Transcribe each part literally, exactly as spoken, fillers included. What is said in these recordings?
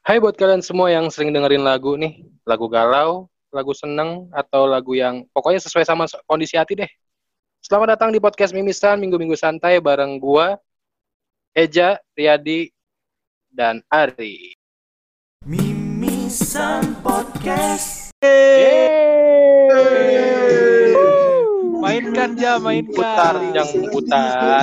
Hai buat kalian semua yang sering dengerin lagu nih, lagu galau, lagu seneng, atau lagu yang pokoknya sesuai sama kondisi hati deh. Selamat datang di podcast Mimisan, Minggu-Minggu Santai bareng gua, Eja, Riyadi, dan Ari. Mimisan Podcast. Yeay. Mainkan ja, mainkan. Putar, yang putar.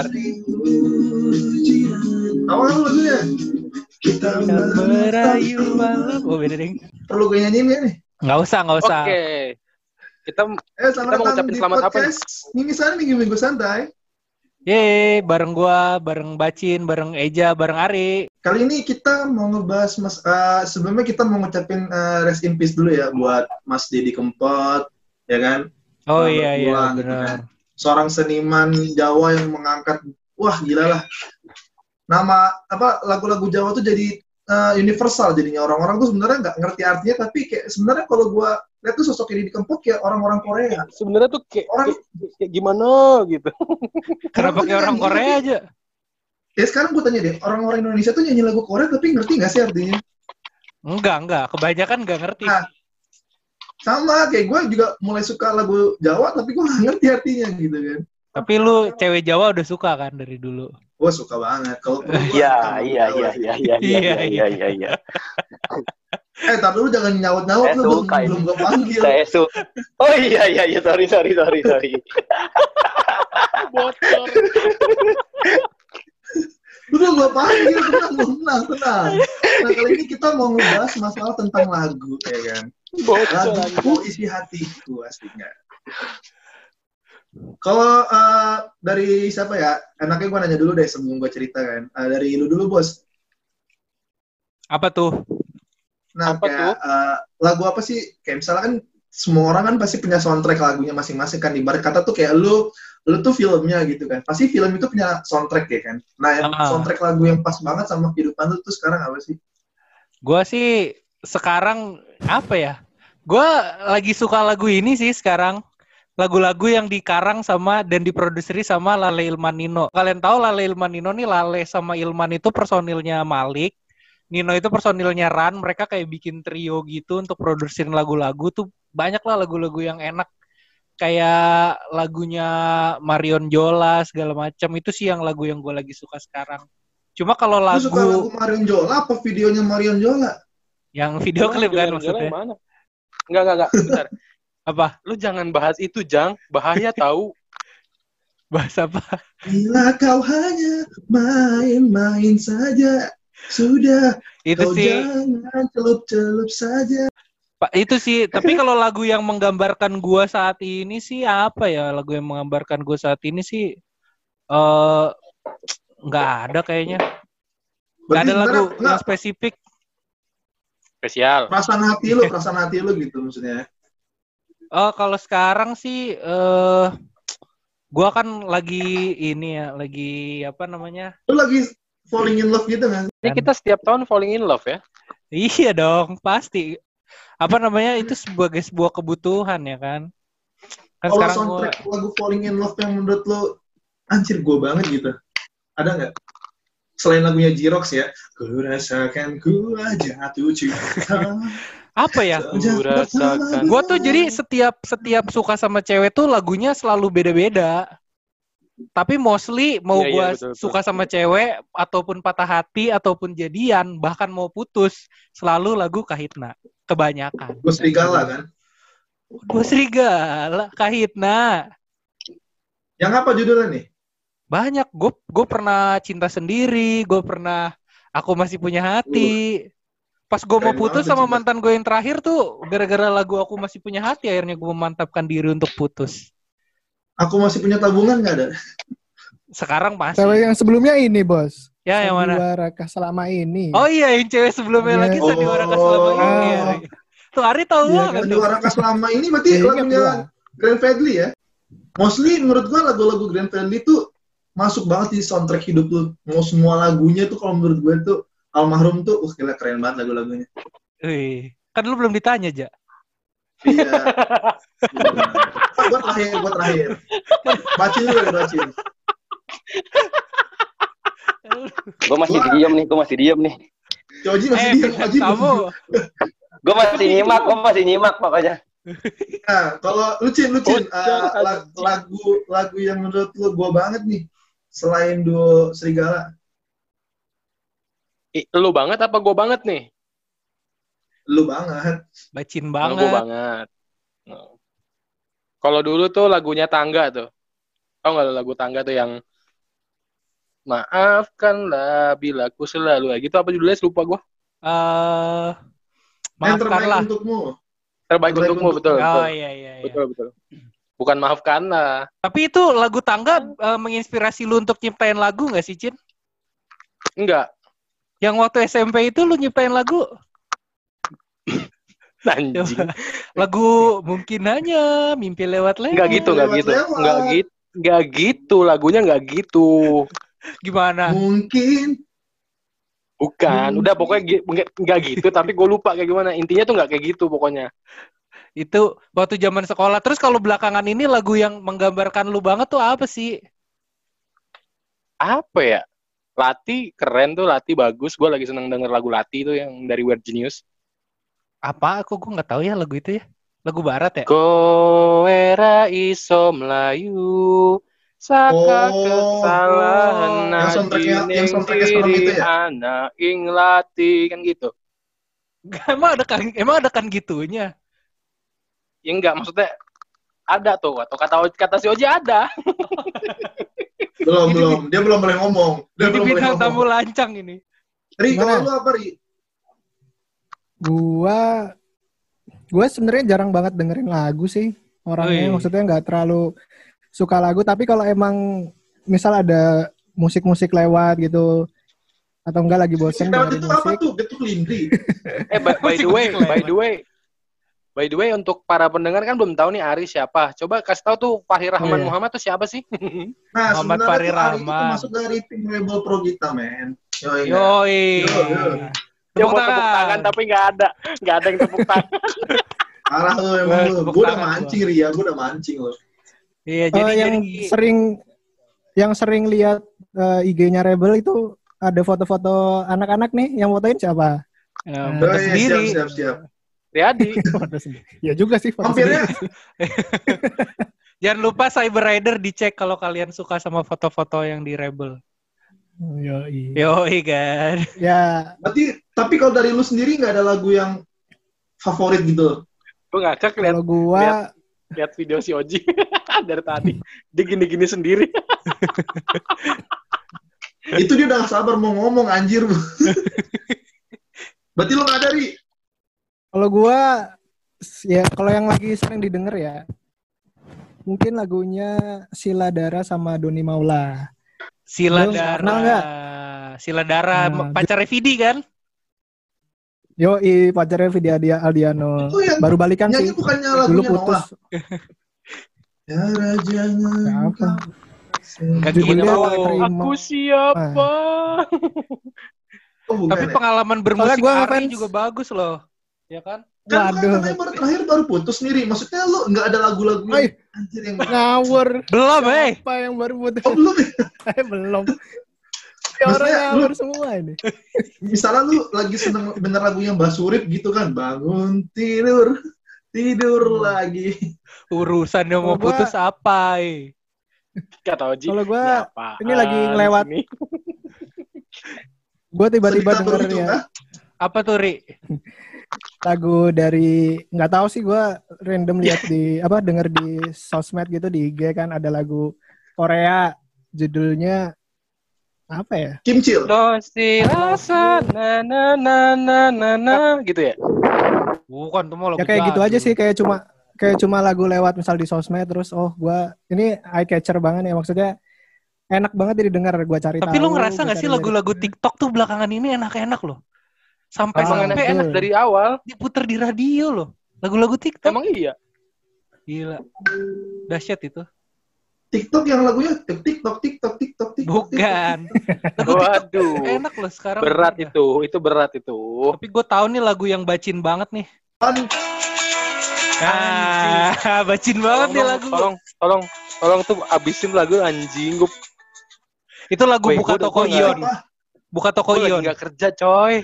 Awal lagunya. Kita merayu malam. Oh beda ding. Perlu gue nyanyiin ya nih? Nggak usah, nggak usah. Oke. Kita Eh, selamat kita mau datang ngucapin di selamat apa nih? podcast Mimisan Minggu-Minggu Santai. Yeay, bareng gua, bareng Bacin, bareng Eja, bareng Ari. Kali ini kita mau ngebahas mas. Uh, sebelumnya kita mau ngucapin uh, rest in peace dulu ya buat Mas Didi Kempot, ya kan? Oh Selamat iya iya berpulang, gitu benar. kan. Seorang seniman Jawa yang mengangkat, wah gila lah. Nama apa lagu-lagu Jawa tuh jadi uh, universal jadinya, orang-orang tuh sebenarnya nggak ngerti artinya, tapi kayak sebenarnya kalau gua lihat tuh sosok Didi Kempot kayak orang-orang Korea. Sebenarnya tuh kayak, Orang- kayak, kayak gimana gitu. Kenapa kayak orang tuh Korea aja? Ya sekarang gue tanya deh, orang-orang Indonesia tuh nyanyi lagu Korea tapi ngerti nggak sih artinya? Enggak, enggak. Kebanyakan nggak ngerti. Nah, sama kayak gue juga mulai suka lagu Jawa tapi gue nggak ngerti artinya gitu kan. Tapi lu cewek Jawa udah suka kan dari dulu? Gue suka banget. Kalau perlu gua Iya, akan iya, lagu iya, Jawa. iya, iya, iya, iya, iya, iya. Eh, tapi lu jangan nyaut-nyaut, Saya lu belum suka ini. belum gue panggil. Saya su. Oh iya, iya, iya, sorry, sorry, sorry, sorry. Bocor. Lu belum gue panggil, tenang, tenang, tenang. Nah, kali ini kita mau ngebahas masalah tentang lagu, ya kan? Bocor. Laguku isi hatiku, aslinya. Kalau uh, dari siapa ya? Enaknya gue nanya dulu deh sebelum gue cerita kan. Uh, dari lu dulu, Bos. Apa tuh? Nah, Apa kayak uh, lagu apa sih? Kayak misalnya kan semua orang kan pasti punya soundtrack lagunya masing-masing kan. Ibarat kata tuh kayak lu, lu tuh filmnya gitu kan. Pasti film itu punya soundtrack ya kan. Nah, yang Ah. soundtrack lagu yang pas banget sama kehidupan lu tuh sekarang apa sih? Gua sih sekarang apa ya? Gua lagi suka lagu ini sih sekarang. Lagu-lagu yang dikarang sama dan diproduseri sama Lale Ilman Nino. Kalian tahu Lale Ilman Nino nih, Lale sama Ilman itu personilnya Malik. Nino itu personilnya Ran. Mereka kayak bikin trio gitu untuk produserin lagu-lagu tuh. Banyak lah lagu-lagu yang enak. Kayak lagunya Marion Jola segala macam. Itu sih yang lagu yang gue lagi suka sekarang. Cuma kalau Lu lagu, suka lagu Marion Jola apa videonya Marion Jola? yang video klip kan maksudnya. Mana? Enggak, enggak, enggak. Bentar. Apa? Lu jangan bahas itu, Jang. Bahaya tahu. Bahasa apa? Bila kau hanya main-main saja, sudah Itu kau sih. jangan celup-celup saja. Pak, itu sih, tapi kalau lagu yang menggambarkan gua saat ini sih apa ya? Lagu yang menggambarkan gua saat ini sih eh nggak ada kayaknya. Nggak Berarti ada lagu sebenarnya- yang enggak, spesifik. Spesial. perasaan hati lu, perasaan hati lu gitu maksudnya. Oh, kalau sekarang sih eh gua kan lagi ini ya, lagi apa namanya? Lu lagi falling in love gitu kan? Ini kita setiap tahun falling in love ya. Iya dong, pasti. Apa namanya? Itu sebagai sebuah kebutuhan ya kan? Kan Kalau sekarang gua soundtrack lagu falling in love yang menurut lu anjir gue banget gitu, ada nggak? Selain lagunya Jirox ya, ku rasakan ku jatuh cinta. apa ya? Ku rasakan. Gue tuh jadi setiap setiap suka sama cewek tuh lagunya selalu beda-beda. Tapi mostly mau Iya, iya, gue betul, betul. suka sama cewek ataupun patah hati ataupun jadian bahkan mau putus selalu lagu Kahitna kebanyakan. Gue serigala kan? Gue serigala Kahitna Yang apa judulnya nih? banyak. Gue gue pernah cinta sendiri. Gue pernah aku masih punya hati. Pas gue mau Keren putus banget, sama cinta. mantan gue yang terakhir tuh gara-gara lagu aku masih punya hati akhirnya gue memantapkan diri untuk putus. Aku masih punya tabungan nggak ada? Sekarang masih. Cewek yang sebelumnya ini, Bos. Ya, yang mana? Sandiwara selama ini. Oh iya, yang cewek sebelumnya Iya. lagi Sandiwara Ka selama ini. Oh. Ya. Tuh Ari tahu Iya, banget kan? tuh. Sandiwara Ka selama ini berarti Iya, ingat lagunya gua. Glenn Fredly ya? Mostly menurut gua lagu-lagu Glenn Fredly tuh masuk banget di soundtrack hidup lu. Mau semua lagunya tuh kalau menurut gue tuh Almarhum tuh, uh gila keren banget lagu-lagunya. Wih, kan lu belum ditanya, Ja. Iya. Gue terakhir, gue terakhir. Bacin dulu ya, bacin. Gue masih diem nih, gue masih diem nih. Si Oji masih Eh, diem, bintang Oji tamu. belum. Gue masih nyimak, gue masih nyimak pokoknya. Nah, kalau lu Cin, lu Cin, Bocor, uh, la- anjing. lagu lagu yang menurut lu gua banget nih selain duo Serigala. I, lu banget apa gue banget nih? Lu banget. Bacin Gue banget. banget. No. Kalau dulu tuh lagunya Tangga tuh. Tau nggak lu lagu Tangga tuh yang maafkanlah bila ku selalu ya gitu, apa judulnya lupa gue. Eh, Yang terbaik maafkanlah. untukmu. Terbaik Terbaik untukmu, untukmu. betul, betul. Oh iya iya iya. Betul, betul. Bukan maafkanlah. Tapi itu lagu Tangga eh, menginspirasi lu untuk nyiptain lagu nggak sih, Cin? Enggak. Yang waktu S M P itu lu nyiptain lagu? Anjing. Lagu mungkin hanya mimpi lewat lewat. Enggak gitu, enggak gitu. Lewat-lewat. Enggak gitu. Enggak gitu, lagunya enggak gitu. Gimana? Mungkin Bukan, Mungkin. udah pokoknya gi- enggak, enggak gitu, tapi gue lupa kayak gimana. Intinya tuh enggak kayak gitu pokoknya. Itu waktu zaman sekolah. Terus kalau belakangan ini lagu yang menggambarkan lu banget tuh apa sih? Apa ya? Lati keren tuh, Lati bagus. Gue lagi seneng denger lagu Lati tuh yang dari Weird Genius. Apa? Aku gue nggak tahu ya lagu itu ya. Lagu barat ya? Kowe ra iso mlayu saka Oh, kesalahan yang soundtracknya- yang najining soundtracknya serem diri itu ya? anak ing Lati kan gitu. emang ada kan emang ada kan gitunya. Ya enggak, maksudnya ada tuh, atau kata kata si Oji ada. belum belum, dia belum boleh ngomong. Dia Jadi belum boleh bintang tamu ngomong. lancang ini. Ri, kalau Gimana? lu apa Ri? Gua gua sebenarnya jarang banget dengerin lagu sih. Orangnya Wih. maksudnya nggak terlalu suka lagu, tapi kalau emang misal ada musik-musik lewat gitu atau enggak lagi bosen Lewat dengerin itu apa musik. tuh? Getuk Lindri. Eh by, by the way, by the way, by the way untuk para pendengar kan belum tahu nih Ari siapa. Coba kasih tahu tuh Fahri Rahman Oh, iya. Muhammad tuh siapa sih? Nah, Muhammad sebenarnya Fahri tuh Ari itu Rahman. termasuk dari tim label Pro Gita, men. Yoi. Yoi. Yo, yo. Dia Tepuk mau tepuk tangan tangan. tapi nggak ada, nggak ada yang tepuk tangan. Parah lu emang Wah, lu. tepuk Gue udah tangan mancing Ria, gue udah mancing lu. Iya, Eh, jadi yang jadi sering yang sering lihat eh, I G-nya Rebel itu ada foto-foto anak-anak nih, yang fotoin siapa? eh, Oh, foto Oh, iya, sendiri. siap, siap, siap. Riyadi. Foto sendiri. Ya juga sih foto Hampirnya sendiri. Jangan lupa Cyber Rider dicek kalau kalian suka sama foto-foto yang di Rebel. Yoi. Yoi kan. Ya, berarti, tapi kalau dari lu sendiri nggak ada lagu yang favorit gitu? Gue ngacak lihat kalau gua lihat video si Oji dari tadi. Dia gini-gini sendiri. Itu dia udah gak sabar mau ngomong, anjir. Berarti lu nggak ada, Ri? Kalau gua ya kalau yang lagi sering didengar ya mungkin lagunya Sila Dara sama Doni Maula. Sila Lu Dara. kenal nggak? Sila Dara Nah, pacarnya Vidi kan? Yoi, pacarnya Vidi Adia Aldiano. Itu yang Baru balikan nyanyi sih. bukannya Dulu lagunya putus. Noah. Ya jangan Apa? Enggak Judulnya gitu. Tak Terima. Aku siapa? Oh, bukan Tapi ya? pengalaman bermusik gua Ari ngefans- juga bagus loh. Ya kan? Kan lu Waduh. katanya baru terakhir baru putus nih, Ri. Maksudnya lu nggak ada lagu-lagu yang Oi. anjir yang Ngawur. Belum, eh. Apa yang baru putus? Oh, belum ya? Eh, belum. Ya, orang Maksudnya ngawur lu- semua ini. Misalnya lu lagi seneng bener lagu yang Basurip gitu kan, bangun tidur, tidur lagi. Urusan yang mau Kalau gua- putus apa, eh? Gak tau Oji. Kalau Ini gua apaan ini lagi di ngelewat. sini? Gue tiba-tiba Sedikit denger begitu, ya ah. Apa tuh, Ri? lagu dari nggak tahu sih gue random lihat di apa denger di sosmed gitu di I G kan ada lagu Korea judulnya apa ya? Kimcil. Dosi rasa na na na na na na gitu ya. Bukan tuh mau lagu Ya kayak gitu jadul. aja sih kayak cuma kayak cuma lagu lewat misal di sosmed terus oh gue ini eye catcher banget ya maksudnya enak banget didengar gue cari Tapi tahu. lu ngerasa gua nggak sih cari lagu-lagu liriknya. TikTok tuh belakangan ini enak-enak loh. Sampai Ah, Emang sampai enak-enak betul. dari awal. diputer di radio loh. Lagu-lagu TikTok. Emang iya. Gila. Dahsyat itu. TikTok yang lagunya tik TikTok TikTok TikTok TikTok. Bukan. Lagu TikTok Waduh. enak loh sekarang. Berat udah. itu, itu berat itu. Tapi gue tahu nih lagu yang bacin banget nih. Aduh, Ah, bacin banget nih Tolong, lagu. Tolong, tolong, tolong tuh abisin lagu anjing. Gua Itu lagu Weh, buka gua udah- toko gua nggak- Ion. apa? Buka toko Gue lagi Ion. nggak kerja, coy.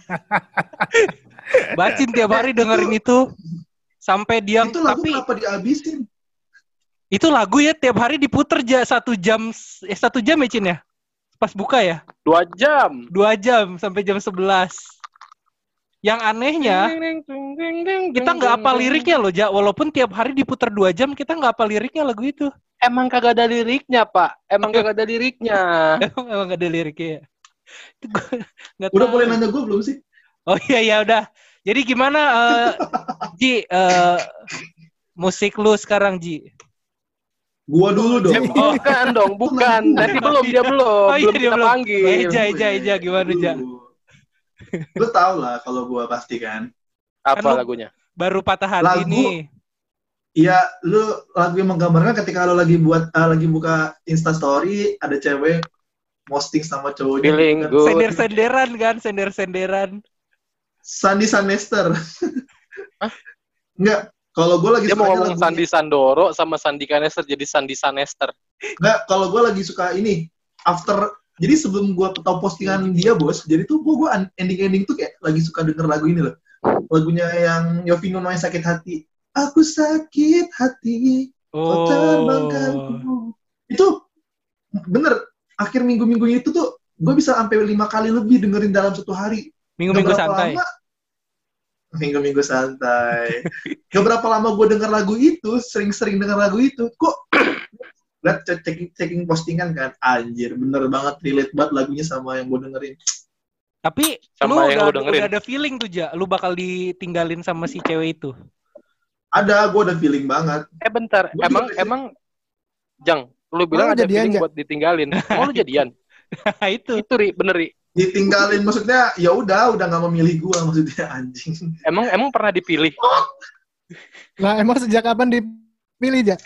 Bacin tiap hari dengerin itu. Sampai dia, Itu lagu tapi kenapa dihabisin? itu lagu ya tiap hari diputer ja, satu jam, eh satu jam ya Cin ya? Pas buka ya? Dua jam. Dua jam sampai jam sebelas. Yang anehnya, kita nggak hafal liriknya loh, Ja. Walaupun tiap hari diputer dua jam, kita nggak hafal liriknya lagu itu. Emang kagak ada liriknya, Pak. Emang kagak ada liriknya. Emang nggak ada liriknya ya? Itu gua nggak Udah tahu. boleh nanya gue belum sih? Oh iya, ya udah. Jadi gimana, uh, Ji, uh, musik lu sekarang, Ji? Gua dulu dong. Oh, bukan dong, bukan. Nanti belum, dia belum. Oh, iya, belum dia kita belum. panggil. Eja, Eja, Eja, gimana, Ja? Lu tau lah kalau gua pasti kan. Apa Kan lu- lagunya? Baru patah hati Lagu- nih. Iya, lu lagu yang menggambarkan ketika lu lagi buat uh, lagi buka Insta Story, ada cewek posting sama cowoknya. Feeling gitu kan. good. Sender-senderan kan, sender-senderan. Sandy Sanester. Hah? Enggak, kalau gue lagi Dia mau sukanya ngomong lagunya- Sandi Sandoro sama Sandi Kanester jadi Sandi Sanester. Enggak, kalau gue lagi suka ini after. Jadi sebelum gue tahu postingan dia bos, jadi tuh gue gue ending-ending tuh kayak lagi suka denger lagu ini loh. Lagunya yang Yovie Nuno yang sakit hati. Aku sakit hati, kau terbangkanku. Itu bener. Akhir minggu-minggu itu tuh gue bisa sampai lima kali lebih dengerin dalam satu hari. Minggu-minggu Gak berapa santai. lama, minggu-minggu santai. Gak berapa lama gue denger lagu itu, sering-sering denger lagu itu, kok lihat checking, checking postingan kan, anjir, bener banget, relate banget lagunya sama yang gue dengerin. Tapi Sama lu yang udah, lu dengerin. udah ada feeling tuh, Ja. Lu bakal ditinggalin sama si cewek itu. Ada, gue ada feeling banget. Eh bentar, Gua emang juga- emang Jang, lu bilang lu ada jadian, feeling Ja? buat ditinggalin. Mau lu jadian? Nah, itu. Itu Ri, bener Ri. Ditinggalin maksudnya, ya udah, udah nggak memilih gue maksudnya anjing. Emang emang pernah dipilih? Nah, emang sejak kapan dipilih, Ja?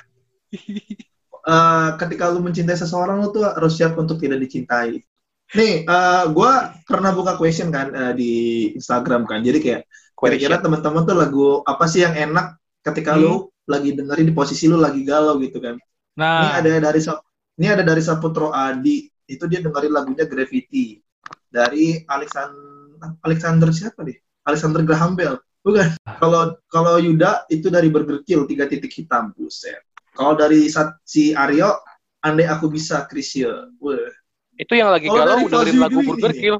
Eh, ketika lu mencintai seseorang, lu tuh harus siap untuk tidak dicintai. Nih, eh gue pernah buka question kan eh, di Instagram kan, jadi kayak kira-kira Question. teman-teman tuh lagu apa sih yang enak ketika lu lagi dengerin di posisi lu lagi galau gitu kan. Ini Nah, ada dari Sap- ini ada dari Saputro Adi, itu dia dengerin lagunya Gravity dari Alexander Alexander siapa nih? Alexander Graham Bell. Bukan. Kalau kalau Yuda itu dari Burger Kill tiga titik hitam, buset. Kalau dari Sat- si Aryo, andai aku bisa Krisya. Wah. Itu yang lagi Oh, galau dari dengerin Fauzi lagu Dwi Burger nih. Kill.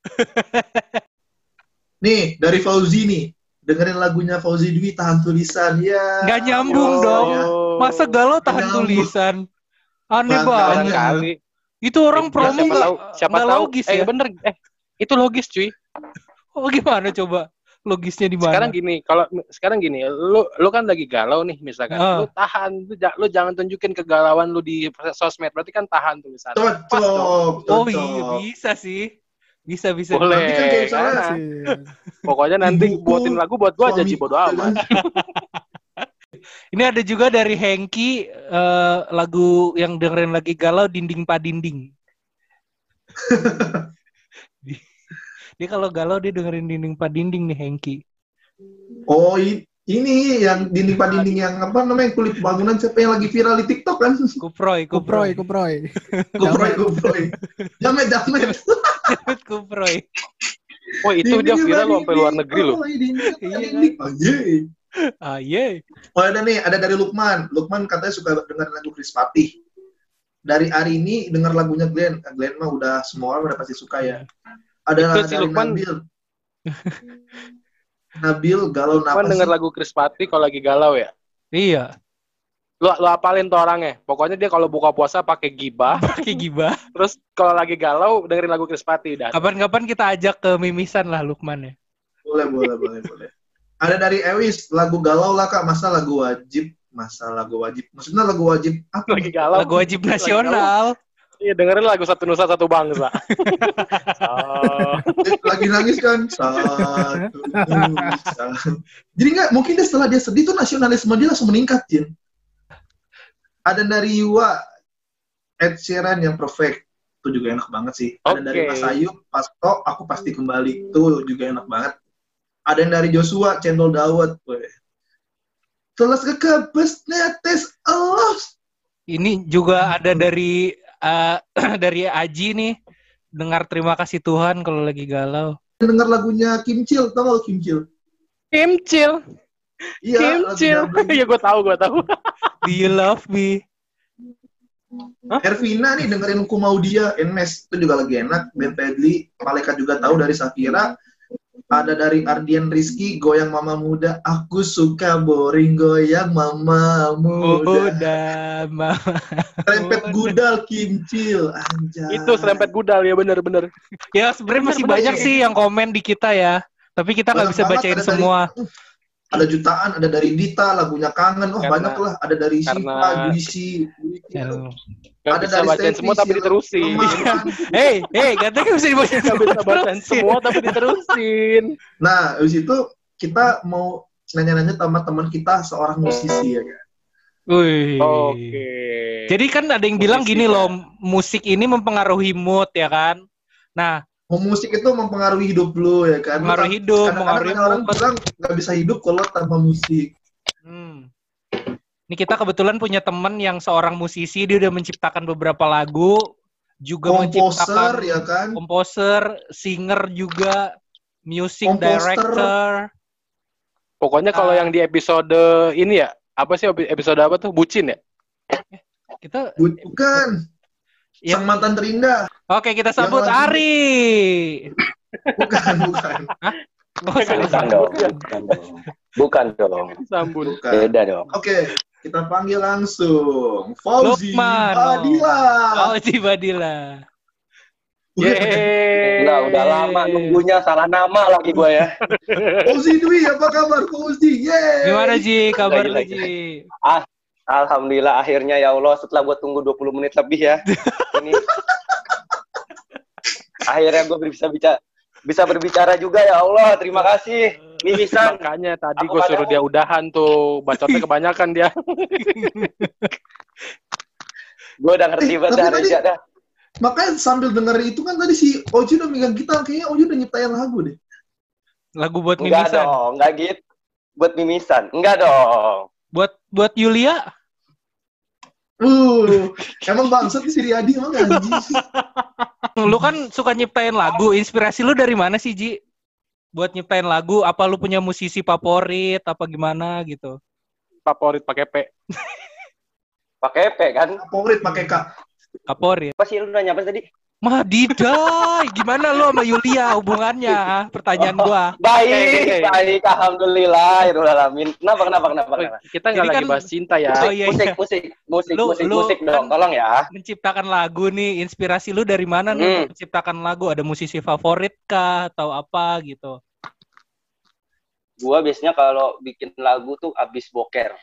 Nih, dari Fauzi nih. Dengerin lagunya Fauzi Dwi, Tahan Tulisan. Ya. nggak nyambung Allah, dong. ya. Masa galau tahan Nyambung. tulisan? Aneh Makanya. banget. Barangkali. Itu orang Ya, promo siapa nggak tahu, siapa nggak tahu. logis eh ya? bener, eh itu logis cuy. Oh gimana coba? Logisnya di mana? Sekarang gini, kalau sekarang gini, lu lu kan lagi galau nih misalkan. Ah. Lu tahan, lu, ja- lu jangan tunjukin kegalauan lu di sosmed. Berarti kan tahan tulisan. Pas dong. Cocok, cocok. Oh iya bisa sih. Bisa bisa. Boleh. Nanti kan kayak misalnya, Kan? Sih. Pokoknya nanti Ibuku, buatin lagu buat gua aja suamiku, Ji, bodo amat. Ini ada juga dari Hengki eh, lagu yang dengerin lagi galau dinding pa dinding. Di- dia kalau galau dia dengerin dinding pa dinding nih Hengki. Oh, i- ini yang dinding pak dinding yang apa namanya kulit bangunan siapa yang lagi viral di TikTok kan? Kuproy, Kuproy, Kuproy. kuproy. Kuproy, kuproy. Jamet, jamet. Kuproy. Oh itu dia Dinding, viral dinding, sampai luar negeri loh. oh, dinding, Iya, dinding. Oh, yeah. Ah ye. Oh, ada nih, ada dari Lukman. Lukman katanya suka dengar lagu Chris Patih. Dari hari ini dengar lagunya Glenn. Glenn mah udah semua orang udah pasti suka ya. Ada Itu si dari Lukman. Nabil. Nabil galau Cuman napas denger sih? lagu Chris Patti kalau lagi galau ya. Iya. Lu lu apalin tuh orangnya. Pokoknya dia kalau buka puasa pakai gibah, Pakai gibah. terus kalau lagi galau dengerin lagu Chris Patti dah. Kapan-kapan kita ajak ke mimisan lah Lukman ya. Boleh, boleh, boleh, boleh. Ada dari Ewis, lagu galau lah kak, masa lagu wajib, masa lagu wajib. Maksudnya lagu wajib apa? Lagi galau. Lagu wajib nasional. Iya dengerin lagu Satu Nusa Satu Bangsa. Oh. Eh, lagi nangis kan? Satu, nusa. Jadi nggak, mungkin dia setelah dia sedih tuh nasionalisme dia langsung meningkat, Jin. Ada dari Yuwa, Ed Sheeran yang perfect. Itu juga enak banget sih. Ada Oke. dari Mas Ayu, Pasto, Aku Pasti Kembali. Itu juga enak banget. Ada yang dari Joshua, Cendol Dawet. Weh. Telas kekebes netes Allah. Ini juga ada dari eh, dari Aji nih dengar Terima Kasih Tuhan kalau lagi galau. Dengar lagunya Kim Chill, tau gak lu Kim Chill? Kim Chill. Iya, Kim lagu Chill. Dublin. Iya gue tahu, gue tahu. Do you love me? Ervina nih dengerin Ku Mau Dia, Enmes itu juga lagi enak. Ben Pedli, Malaikat juga tahu dari Safira. Ada dari Ardian Rizky, Goyang Mama Muda. Aku suka boring goyang Mama Muda. Udah, mama. Serempet Gudal, Kim Chill, anjay. Itu serempet gudal ya, bener-bener. Ya sebenarnya masih Bener-bener banyak sih. sih yang komen di kita ya. Tapi kita nggak Banyak bisa banget, bacain ada dari- semua. Ada jutaan, ada dari Dita, lagunya Kangen. Oh, Karena- banyak lah. Ada dari karena- Siva, Juisi. Ya. Gak Ada bisa dari bacain Steffi, semua tapi Sila- diterusin. Lemah. Hei, hei, katanya nggak bisa dibacain Gak bisa bacain semua tapi diterusin. Nah, habis itu kita mau nanya-nanya sama teman kita seorang musisi ya kan. Wih. Oke. Jadi kan ada yang bilang Musisi gini ya. loh, musik ini mempengaruhi mood ya kan. Nah, Mau musik itu mempengaruhi hidup lu ya kan. Lu Mempengaruhi kan- hidup, kadang-kadang mempengaruhi ada orang mood. bilang nggak bisa hidup kalau tanpa musik. hmm. Ini kita kebetulan punya teman yang seorang musisi, dia udah menciptakan beberapa lagu, juga Komposer menciptakan ya kan. komposer, singer juga, music Komposter. director. Pokoknya kalau Ah. yang di episode ini ya, apa sih episode apa tuh? Bucin ya? Kita Bukan. Ya. Sang mantan terindah. Oke, kita sambut Yang lagi- Ari. Bukan, bukan. Oh, Bukan, salah. Bukan dong, bukan dong. Bukan dong. Sambut. Bukan. Beda dong. Oke, kita panggil langsung Fauzi Lukman. Adila. Oh, Badila. Yeay. Enggak, udah lama nunggunya salah nama lagi gua ya. Fauzi Dwi, apa kabar Fauzi? Yeay. Gimana Ji? Kabar lu Lagi, lagi. Ji? Alhamdulillah akhirnya ya Allah setelah gua tunggu dua puluh menit lebih ya. Ini akhirnya gua bisa bicara bisa berbicara juga ya Allah. Terima kasih. Mimisan. Makanya tadi Apa gue suruh kabarnya? dia udahan tuh. Bacotnya kebanyakan dia. Gua udah ngerti Eh, banget tapi dah, tadi- Reza dah. Makanya sambil denger itu kan tadi si Oji udah megang gitar, kayaknya Oji udah nyiptain lagu deh. Lagu buat Enggak mimisan. dong, enggak gitu. Buat mimisan. Enggak dong. Buat buat Yulia. Uh, emang bangsat si Riyadi emang anjing sih. Lu kan suka nyiptain lagu. Inspirasi lu dari mana sih, Ji? Buat nyiptain lagu, apa lu punya musisi favorit apa gimana gitu? Favorit pakai P. Pakai P kan? Favorit pakai K. Favorit. Apa sih lu nanya apa tadi? Madidai, gimana lu sama Yulia hubungannya? Pertanyaan gua. Baik, Hey. baik, alhamdulillah, ya alamin. Kenapa, kenapa, kenapa, Oh, kenapa? kita nggak Jadi lagi kan- bahas cinta ya. Oh, iya, musik, iya. musik, musik, Lu- musik, lu musik kan- dong, tolong ya. Menciptakan lagu nih, inspirasi lu dari mana nih Hmm. untuk menciptakan lagu? Ada musisi favorit kah atau apa gitu? Gua biasanya kalau bikin lagu tuh abis boker,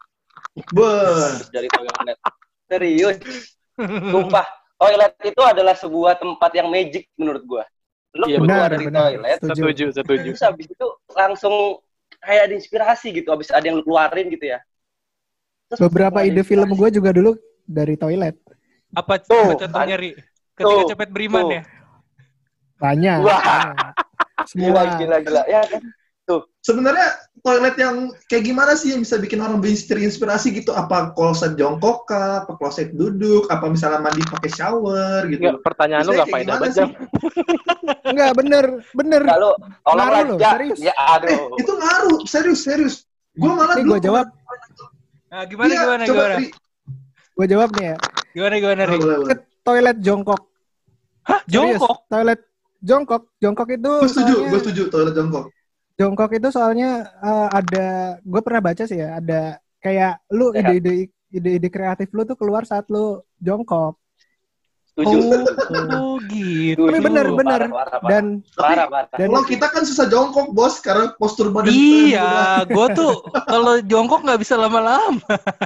Beuh. terus dari toilet. Serius, sumpah. Toilet itu adalah sebuah tempat yang magic menurut gua. Lu Iya, keluar benar, dari benar. toilet, Setuju. Setuju, setuju. terus habis itu langsung kayak ada inspirasi gitu, habis ada yang lu keluarin gitu ya. Terus Beberapa langsung ada ide film inspirasi. gue juga dulu dari toilet. Apa, Tuh, apa contohnya, Ri? Ketika Tuh, cepet beriman tuh. ya? Banyak. Wah. banyak. Semua. Gila, gila, gila. Ya kan? Sebenarnya toilet yang kayak gimana sih yang bisa bikin orang terinspirasi gitu? Apa kloset jongkok kah? Apa kloset duduk? Apa misalnya mandi pakai shower gitu? Enggak, pertanyaan lu Biasanya nggak kayak faedah gimana banget, sih? Jam. Enggak, bener. Bener. Kalau tolong Ngaruh loh, lanjut. serius. Ya Eh, aduh. itu ngaruh, serius, serius. Gue malah Nih dulu gue jawab. Nah, gimana, Iya, gimana, coba, gimana? Ri. Gue jawab nih ya. Gimana, gimana, Ri? Boleh, boleh. Ke toilet jongkok. Hah, Serius, jongkok? Toilet jongkok. Jongkok itu Gue setuju, soalnya- gue setuju toilet jongkok. Jongkok itu soalnya eh, ada, gue pernah baca sih ya, ada kayak lu Sehat. ide-ide ide-ide kreatif lu tuh keluar saat lu jongkok. Setuju. Oh, gitu. Tapi bener, Parah, bener. parah, parah. Dan Parah, parah. dan Kalau kita kan susah jongkok, bos, karena postur badan kita yang Iya, berubah. gue tuh kalau jongkok nggak bisa lama-lama.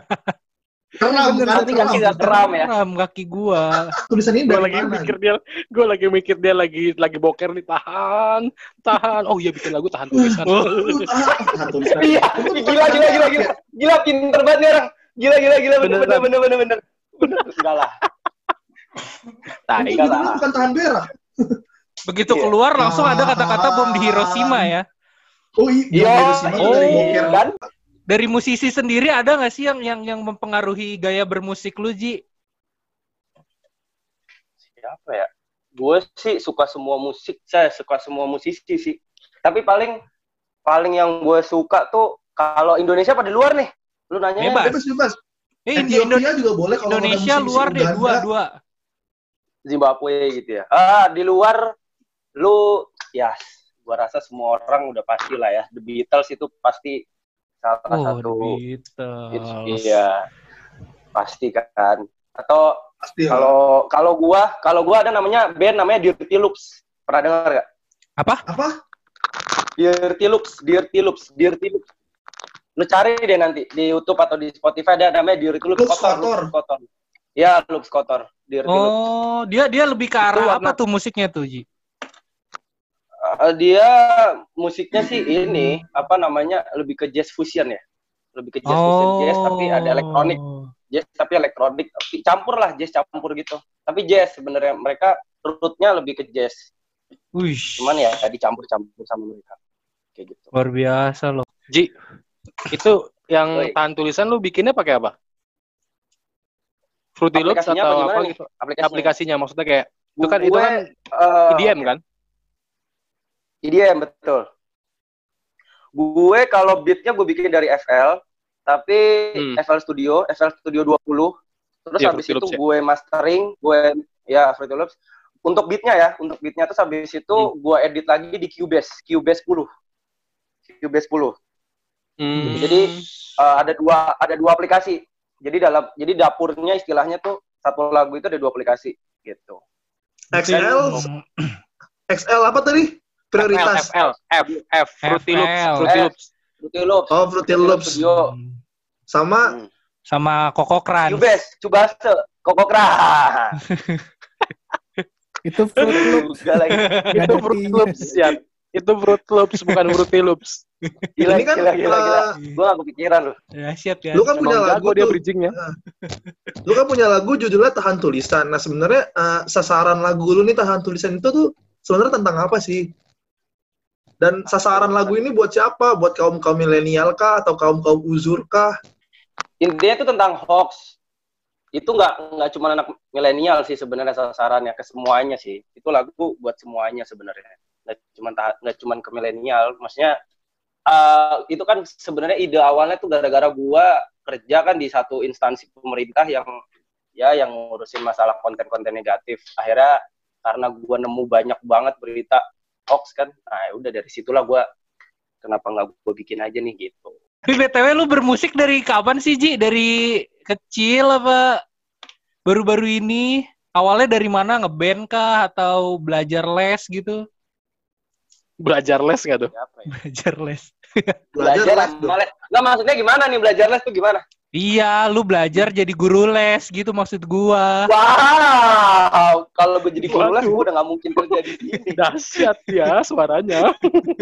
Keram, Bener, kan? Nanti kaki nggak keram ya. Kram kaki gua. Tulisan ini Gue dari lagi mana? mikir dia, gue lagi mikir dia lagi lagi boker nih, tahan, tahan. Oh iya bikin lagu tahan tulisan. Ah, tulisan. Iya, gila, gila, gila, gila. Gila, pinter banget nih orang. Gila, gila, gila. Bener, Beneran. bener, bener, bener, bener. Bener, enggak lah. Tai. Itu judulnya bukan tahan berak. Begitu Iya. keluar langsung ada kata-kata bom di Hiroshima ya. Oh iya, Iya, Hiroshima tuh dari oh. boker. kan? Dari musisi sendiri ada nggak sih yang yang yang mempengaruhi gaya bermusik lu, Ji? Siapa ya? Gue sih suka semua musik, saya suka semua musisi sih. Tapi paling paling yang gue suka tuh kalau Indonesia apa di luar nih? Lu nanya Bebas. Bebas, bebas. Eh, Ethiopia juga boleh kalau ada Indonesia musisi luar deh, Uganda. dua, dua. Zimbabwe gitu ya. Ah, di luar lu ya gua rasa semua orang udah pasti lah ya. The Beatles itu pasti salah Oh, satu The Beatles. iya. Pasti kan. Atau Pasti ya. kalau kalau gua, kalau gua ada namanya band namanya Dirty Loops. Pernah dengar enggak? Apa? Apa? Dirty Loops, Dirty Loops, Dirty Loops. Lu cari deh nanti di YouTube atau di Spotify ada namanya Dirty Loops. Loops kotor. Loops kotor. Ya, Loops kotor. Dirty Loops. Oh, dia dia lebih ke arah Itu apa warna- tuh musiknya tuh, Ji? Uh, dia musiknya sih ini apa namanya lebih ke jazz fusion ya, lebih ke jazz fusion jazz tapi ada elektronik, jazz tapi elektronik tapi campur lah jazz campur gitu. Tapi jazz sebenarnya mereka rootnya lebih ke jazz, Wih. cuman ya dicampur-campur sama mereka kayak gitu. Luar biasa loh. Ji, itu yang Oi. tahan tulisan lu bikinnya pakai apa? Fruity Loops Aplikasinya atau apa gimana apa nih? gitu? Aplikasinya. Aplikasinya maksudnya kayak itu kan itu Gue, kan uh, E D M kan? E D M betul. Gue kalau beatnya gue bikin dari F L, tapi Hmm. F L Studio, F L Studio dua puluh. Terus Iya, habis Fruity itu Loops ya. gue mastering, gue ya Fruity Loops. Untuk beatnya ya, untuk beatnya terus habis itu Hmm. gue edit lagi di Cubase, Cubase sepuluh. Cubase sepuluh. Hmm. Jadi uh, ada dua ada dua aplikasi. Jadi dalam jadi dapurnya istilahnya tuh satu lagu itu ada dua aplikasi gitu. X L, X L apa tadi? Prioritas. F L, F F, Fruity Loops, F L. Fruity Loops. Fruity Loops. Oh, Fruity Loops. Studio. Sama Hmm. Sama Koko Crunch. Cubase, Cubase, Kokokra. Itu Fruit Loops. Juga lagi. Nggak Itu ada Fruity T-nya. Loops ya. Itu Fruit Loops bukan Fruity Loops. Gila, Ini kan, gila, gila, gila. uh, Gue gak kepikiran loh. Dahsyat kan. lu kan punya Emang lagu jago dia tuh. bridgingnya. Lu kan punya lagu judulnya Tahan Tulisan. Nah, sebenarnya uh, sasaran lagu lu nih Tahan Tulisan itu tuh sebenarnya tentang apa sih? Dan sasaran lagu ini buat siapa? Buat kaum-kaum milenial kah atau kaum-kaum uzur kah? Intinya itu tentang hoax. Itu nggak nggak cuma anak milenial sih sebenarnya sasarannya, ke semuanya sih. Itu lagu buat semuanya sebenarnya. Nggak cuma nggak cuma ke milenial. Maksudnya uh, itu kan sebenarnya ide awalnya tuh gara-gara gua kerja kan di satu instansi pemerintah yang ya yang ngurusin masalah konten-konten negatif. Akhirnya karena gua nemu banyak banget berita hoax kan, nah udah dari situlah gua kenapa nggak gua bikin aja nih gitu. Tapi B T W lu bermusik dari kapan sih, Ji? Dari kecil apa baru-baru ini? Awalnya dari mana? Ngeband kah? Atau belajar les gitu? Belajar les nggak tuh? Siapa ya? Belajar les. Belajar Belajar les dong. sama les. Nggak, maksudnya gimana nih belajar les tuh gimana? Iya, lu belajar jadi guru les gitu maksud gua. Wow, kalau gue jadi guru les, Waduh. gue udah nggak mungkin kerja di sini. Dahsyat ya suaranya.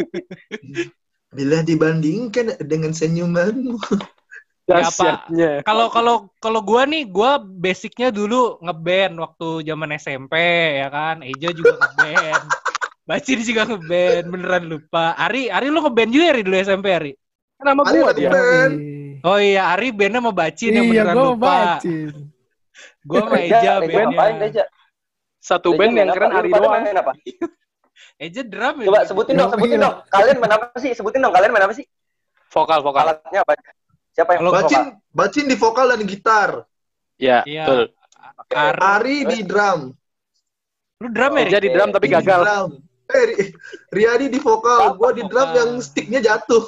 Bila dibandingkan dengan senyumanmu. Ya, Dahsyatnya. Kalau kalau kalau gua nih, gua basicnya dulu ngeband waktu zaman S M P ya kan. Ejo juga ngeband. Bacin juga ngeband, beneran lupa. Ari, Ari lu ngeband juga Ari dulu S M P Ari? Nama Ari gua anak dia. band. Oh iya, Ari bandnya sama Bacin yang Iya, beneran gue lupa. bacin. Gua sama Reja, Eja Reja ngapain, bandnya. Reja? Satu Reja band main yang apa? keren Lu Ari pada doang. main apa? Eja drum ya. Coba sebutin dong, Iya. sebutin dong. Kalian main apa sih? Sebutin dong, kalian main apa sih? Vokal vokal. Alatnya apa? Siapa yang Kalau Bacin, vokal? Bacin di vokal dan gitar. Ya, Iya. betul. Ari, Ari di drum. lu drum ya? Ri? Jadi drum tapi Di gagal. drum. Eh, Ri- Riyadi di vokal, gua di drum Vokal. yang sticknya jatuh.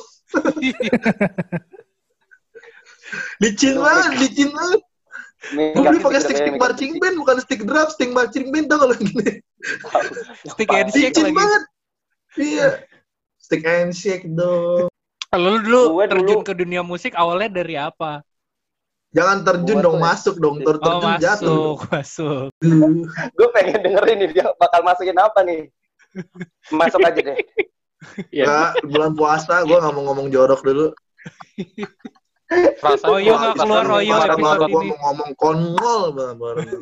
Licin banget, licin banget. Gue beli pakai stick stick marching band, bukan stick drum, stick marching band tau kalau gini. Stick and shake Licin lagi. banget. Iya. Stick and shake dong. Kalau lu dulu Gue terjun dulu- ke dunia musik awalnya dari apa? Jangan terjun Gua dong, tuh ya. masuk dong. Ter Oh, terjun jatuh. masuk, masuk. Gue pengen dengerin nih dia bakal masukin apa nih. Masuk aja deh. Iya. Nggak, bulan puasa gue nggak mau ngomong jorok dulu. Perasaan Oh, iya, gua- nggak keluar perasaan Royo gua- episode Baru gue ini. mau ngomong kongol baru.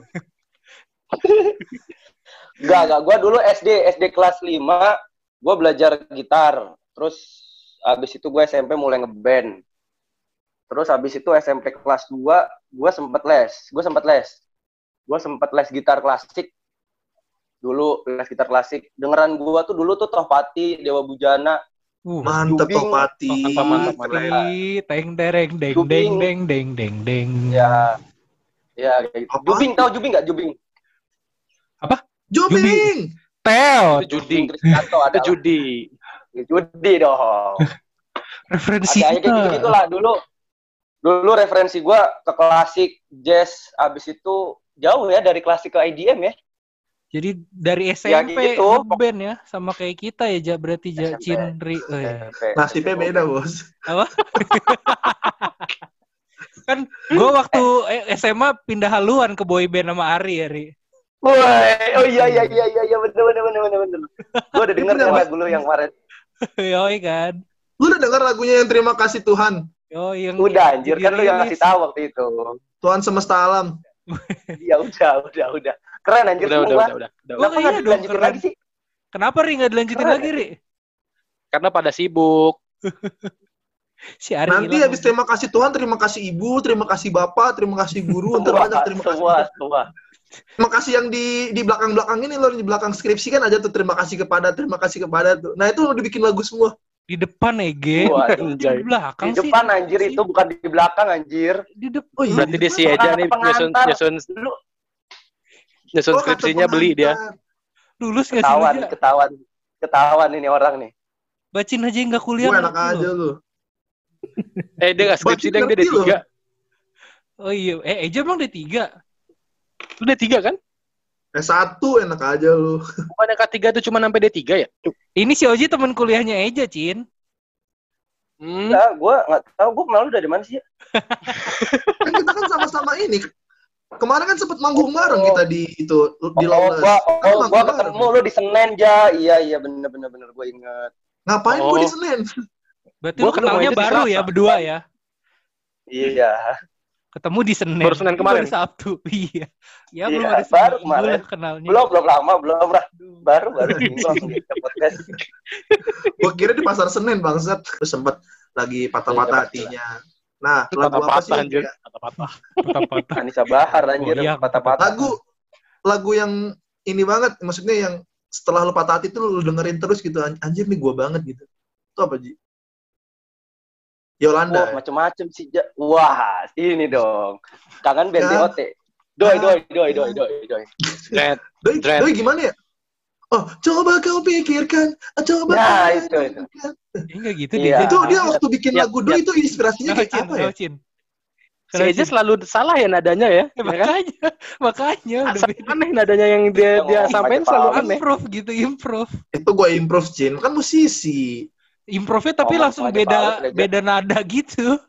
Enggak, enggak. Gue dulu S D, S D kelas lima, gue belajar gitar. Terus abis itu gue S M P mulai ngeband. Terus abis itu S M P kelas dua, gue sempet les. Gue sempet les. Gue sempet les gitar klasik. Dulu les gitar klasik. Dengeran gua tuh dulu tuh Tohpati, Dewa Bujana. Uh, Mantep Jubing. Topati. Mantap, mantap, mantap. Pati, teng dereng deng deng Jubing. deng deng deng deng. Ya, ya kayak gitu. Apa? Jubing, tahu Jubing nggak Jubing? Jubing. Teo, Itu judi. Kristianto ada. Itu judi. Judi dong. referensi Ada aja kayak gitu-gitu lah dulu. Dulu referensi gue ke klasik, jazz, abis itu jauh ya dari klasik ke I D M ya. Jadi dari S Ya, M P gitu. ngeband ya, sama kayak kita ya, Ja, berarti Ja, S M P. Cinri. Oh, ya. Nasibnya beda, Bos. Apa? Kan gue waktu S M A pindah haluan ke boyband sama Ari, Ari. Woi, oh iya iya iya iya iya bener bener bener bener bener. Gue udah denger kan lagu lu yang kemarin. Yoi kan. Lu udah dengar lagunya yang Terima Kasih Tuhan? Yoi yang Udah anjir kan lu yang dirilis. ngasih tahu waktu itu. Tuhan semesta alam. Iya udah udah udah. Keren anjir Udah, udah, semua. udah, udah, udah. Wah, Kenapa iya nggak dong, dilanjutin keren. lagi sih? Kenapa Ri nggak dilanjutin Keren. lagi, Ri? Karena pada sibuk. Si Ari Nanti hilang. habis terima kasih Tuhan, terima kasih ibu, terima kasih bapak, terima kasih guru, ntar Semua, banyak terima kasih. semua, semua. Terima kasih yang di di belakang-belakang ini loh, di belakang skripsi kan ada tuh terima kasih kepada, terima kasih kepada tuh. Nah itu udah dibikin lagu semua. Di depan Ege, Wah, di anjay. belakang Di sih. depan anjir itu bukan di belakang anjir. Di depan. Oh iya. Berarti dia si Eja nih nyusun Pengantar. nyusun Lu nyusun Oh, kata skripsinya beli dia. pengantar. Lulus nggak sih ketahuan, lu, Ja? ketahuan, ketahuan ini orang nih. Bacin aja nggak kuliah. Gue enak lu. aja lu. Eh dia nggak skripsi Bacin dia dia ngerti D tiga. Oh iya, eh Eja emang D tiga. Lu D tiga kan? S satu enak aja lu. Bukannya K tiga itu cuma sampai D tiga ya? Ini si Oji teman kuliahnya Eja, Cin. Hmm. Enggak, gue nggak tahu gue kenal lu dari mana sih? Kan kita kan sama-sama ini. Kemarin kan sempet manggung bareng Oh. kita di itu di Oh, Lawless. gua, Kan oh, manggung gua bareng. ketemu lu di Senen ja. Iya, iya bener bener bener gue inget. Ngapain Oh. gua di Senin? Berarti Gua lu kenalnya ketemu Eja di baru Selasa. ya, berdua ya. Iya. Ketemu di Senin. Baru Senin kemarin. Baru Sabtu. Iya. Ya Iya, belum ada baru seminggu kemarin. lah kenalnya. Belum belum lama belum lah. Baru baru minggu langsung kita podcast. Gua kira di pasar Senin bangsat. Terus sempet lagi patah-patah hatinya. Nah, lagu apa sih? Patah-patah yang anjir. kayak- Patah-patah. Patah-patah. Anissa Bahar anjir Oh, iya. patah-patah. Lagu lagu yang ini banget, maksudnya yang setelah lu patah hati tuh lu dengerin terus gitu. An- Anjir nih gua banget gitu. Itu apa, Ji? Yolanda. Wah, macem-macem sih ja. Wah, ini dong. Kangen band Ya. D O T. Doi doi doi doi doi doi. Dret. Doi, Dren. doi gimana ya? Oh, coba kau pikirkan, coba Nah, kau itu, itu. pikirkan. Enggak gitu Iya. deh. Itu dia waktu bikin Ya, lagu Doi ya. itu inspirasinya Kenapa, kayak Cin? apa ya? Kenapa, Cin? Si Eja selalu salah ya nadanya ya. Eh, Ya kan? makanya, makanya udah Asal beda. aneh nadanya yang dia Yang dia ngomong sampaikan aja selalu paham. aneh. Improve gitu, improve. Itu gua improve, Cin. Kan musisi. Improve-nya tapi Ngomong langsung aja beda Pak, udah beda nada gitu.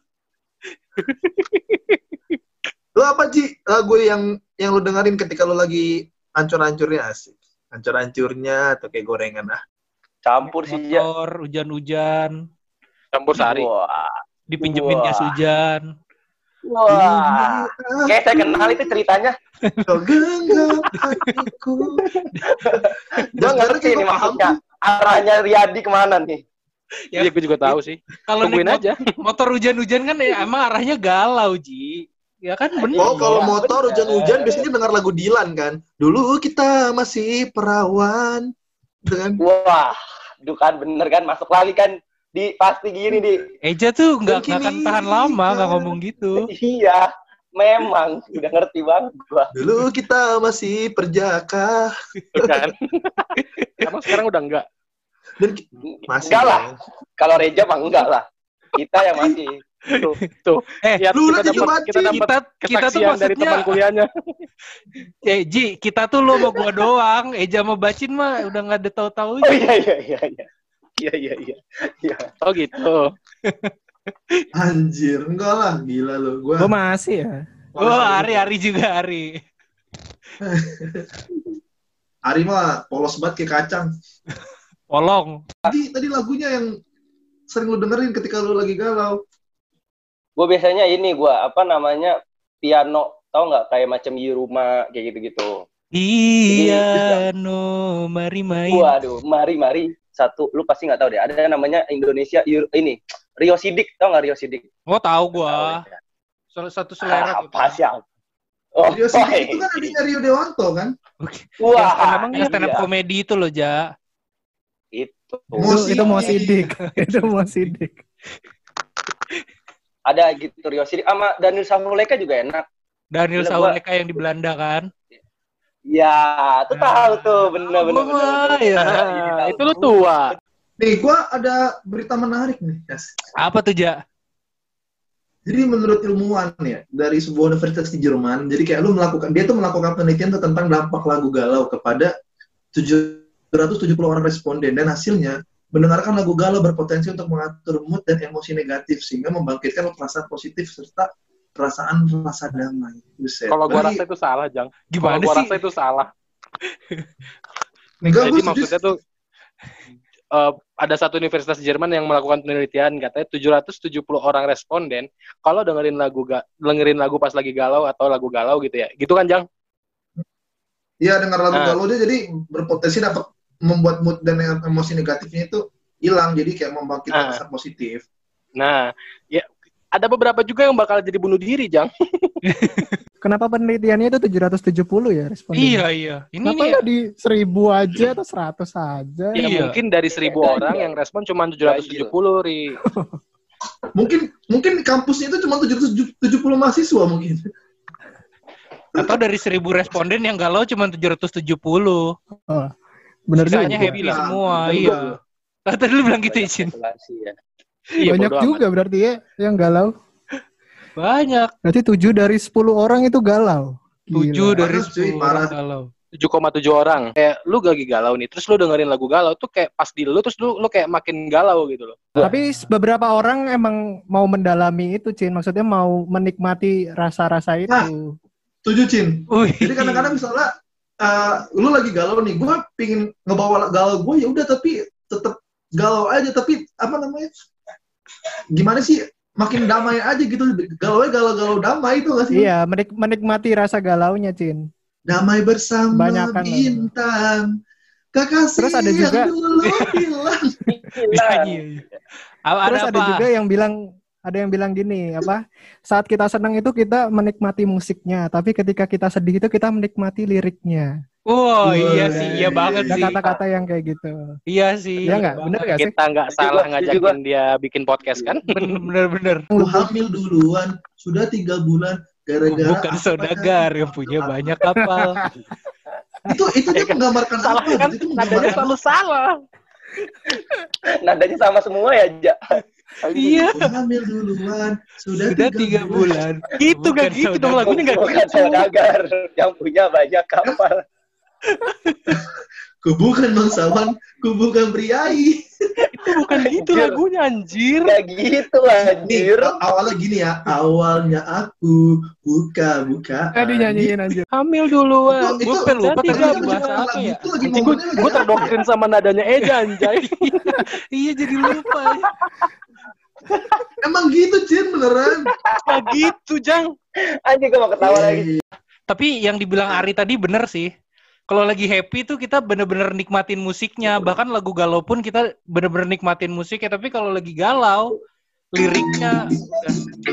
Lu apa, Ji? Lagu yang yang lu dengerin ketika lu lagi hancur-hancurnya asik. Hancur-hancurnya atau kayak gorengan ah. Campur sih ja. Motor, hujan-hujan, Campur sari. Wah. dipinjemin Wah. jas hujan. Wah. Kayak saya kenal itu ceritanya. Kau genggam hatiku. Gue ngerti nih maksudnya. Arahnya Riyadi kemana nih? Ya, Iya, gue juga tahu sih. Kalau Tungguin naik aja. motor hujan-hujan kan ya emang arahnya galau, Ji. Ya kan bener. Oh, kalau Iya, motor bener. hujan-hujan biasanya dengar lagu Dilan kan. Dulu kita masih perawan. Dengan Wah. Duh kan bener kan. Masuk lagi kan. Di pasti gini di. Eja tuh nggak Dan nggak akan kini tahan lama nggak kan. ngomong gitu. Iya. Memang. Udah ngerti banget gua. dulu kita masih perjaka. Tuh kan. Emang sekarang udah enggak. Dan ki- masih Enggak lah. dong. Kalau Reja mah enggak lah. Kita yang masih. Tuh, tuh. Eh, Ya, lu kita udah jadi dapat bacin. kita dapat kita kita tuh kesaksian dari teman maksudnya kuliahnya. eh Ji, kita tuh lo sama gua doang. Eja sama Bacin mah udah nggak ada tahu-tahu. Oh iya iya iya iya. Iya iya iya. Iya. Oh gitu. Anjir, enggak lah, gila lu. Gua Gue masih ya. Oh, Ari Ari juga Ari. Ari mah polos banget kayak kacang. Polong. Tadi tadi lagunya yang sering lu dengerin ketika lu lagi galau. Gue biasanya ini gue apa namanya piano, tau nggak kayak macam Yiruma kayak gitu-gitu. Iya, no, mari main. Waduh, mari mari satu, lu pasti nggak tahu deh. Ada namanya Indonesia Euro- ini Rio Sidik, tau nggak Rio Sidik? Oh, tahu gua. Tahu ya. Salah satu selera Ah, tuh. apa sih? Oh, Rio Sidik boy. itu kan adiknya Rio Dewanto kan? Wah, Emang yang stand up iya. komedi itu loh, Ja. Itu. Itu, itu mau Sidik. sidik. Itu mau sidik. Ada gitu Rio Sidik sama Daniel Sahuleka juga enak. Daniel Bener, gua- Sahuleka yang di Belanda kan. Ya, tuh tahu tuh, bener bener Gua bener. mah, bener. ya. Ini tahu. Itu lu tua. Nih, gue ada berita menarik nih, guys. Apa tuh, Ja? Jadi menurut ilmuwan ya, dari sebuah universitas di Jerman, jadi kayak lu melakukan, dia tuh melakukan penelitian tuh tentang dampak lagu galau kepada tujuh ratus tujuh puluh orang responden, dan hasilnya mendengarkan lagu galau berpotensi untuk mengatur mood dan emosi negatif sehingga membangkitkan perasaan positif serta perasaan rasa damai. Buset. Kalau gua Berarti- rasa itu salah, Jang. Gimana Kalau gua sih? rasa itu salah. Enggak, Jadi gua setuju. maksudnya tuh eh, ada satu universitas Jerman yang melakukan penelitian, katanya tujuh ratus tujuh puluh orang responden kalau dengerin lagu ga, dengerin lagu pas lagi galau atau lagu galau gitu ya. Gitu kan, Jang? Iya, dengar lagu Nah. galau dia jadi berpotensi dapat membuat mood dan emosi negatifnya itu hilang, jadi kayak membangkitkan Ah. rasa positif. Nah, ya ada beberapa juga yang bakal jadi bunuh diri, Jang. Kenapa penelitiannya itu tujuh ratus tujuh puluh ya responden? Iya, iya. Ini Kenapa nih nggak di seribu aja atau seratus aja? Ya Iya. mungkin dari seribu Ganjil. orang yang respon cuma tujuh ratus tujuh puluh, Ri. Mungkin mungkin kampusnya itu cuma tujuh ratus tujuh puluh mahasiswa mungkin. atau dari seribu responden yang galau cuma tujuh ratus tujuh puluh. Oh, bener juga. Sisanya happy Nah, semua, bener iya. juga. Nah, tadi lu bilang gitu, Izin. Spekulasi ya. Iya, Banyak bodo juga berarti ya yang galau. Banyak. Berarti tujuh dari sepuluh orang itu galau. tujuh Gila. dari Parah, cuy, sepuluh parah. orang galau. tujuh koma tujuh orang. Kayak lu lagi galau nih, terus lu dengerin lagu galau tuh kayak pas di lu terus lu lu kayak makin galau gitu loh. Tapi beberapa orang emang mau mendalami itu, Cin. Maksudnya mau menikmati rasa-rasa itu. Nah. Tujuh, Cin. Wih. Jadi kadang-kadang misalnya uh, lu lagi galau nih, gue pingin ngebawa galau gue, ya udah tapi tetap galau aja, tapi apa namanya? Gimana sih? Makin damai aja gitu, galaunya galau-galau damai itu nggak sih? Iya, menik- menikmati rasa galaunya, Cin. Damai bersama Banyakan lah. bintang, kekasih Terus ada juga- yang dulu bilang. Cicilan. Iya, iya. Ada Terus ada apa? juga yang bilang ada yang bilang gini, apa? Saat kita senang itu kita menikmati musiknya, tapi ketika kita sedih itu kita menikmati liriknya. Wow, iya Wah. sih, iya banget Ada sih. kata-kata yang kayak gitu. Iya sih. Iya nggak? Bener nggak sih? Kita nggak Setuju salah gua, ngajakin setuju gua. dia bikin podcast kan? Bener-bener. Aku hamil duluan, sudah tiga bulan, gara-gara Bukan apa saudagar kan? yang punya banyak kapal. Itu itu tuh menggambarkan Salah apa? kan? Itu Nadanya menggambarkan selalu salah. Nadanya sama semua ya, Ja. Iya. Aku hamil duluan, sudah, Sudah tiga bulan. Itu Bukan gak gitu dong, saudagar. lagunya gak Bukan gitu. saudagar yang punya banyak kapal. Ku bukan bangsawan, ku bukan priai. Itu bukan gitu Anjir. lagunya, anjir. Gak gitu Nih, anjir. a- awalnya gini ya, awalnya aku buka-buka. Eh dinyanyiin aja. Hamil duluan. Itu- Gue itu- lupa itu tadi lagi lagu bahasa bahasa apa ya? Itu lagi Anjing, gue momennya gue lagi terdoktrin sama nadanya Eja, anjay. Iya, jadi lupa. Emang gitu, Cin, beneran. Gak gitu, Jang. Anjing gue mau ketawa lagi. Tapi yang dibilang Ari tadi bener sih. Kalau lagi happy tuh kita bener-bener nikmatin musiknya. Bahkan lagu galau pun kita bener-bener nikmatin musiknya. Tapi kalau lagi galau, liriknya udah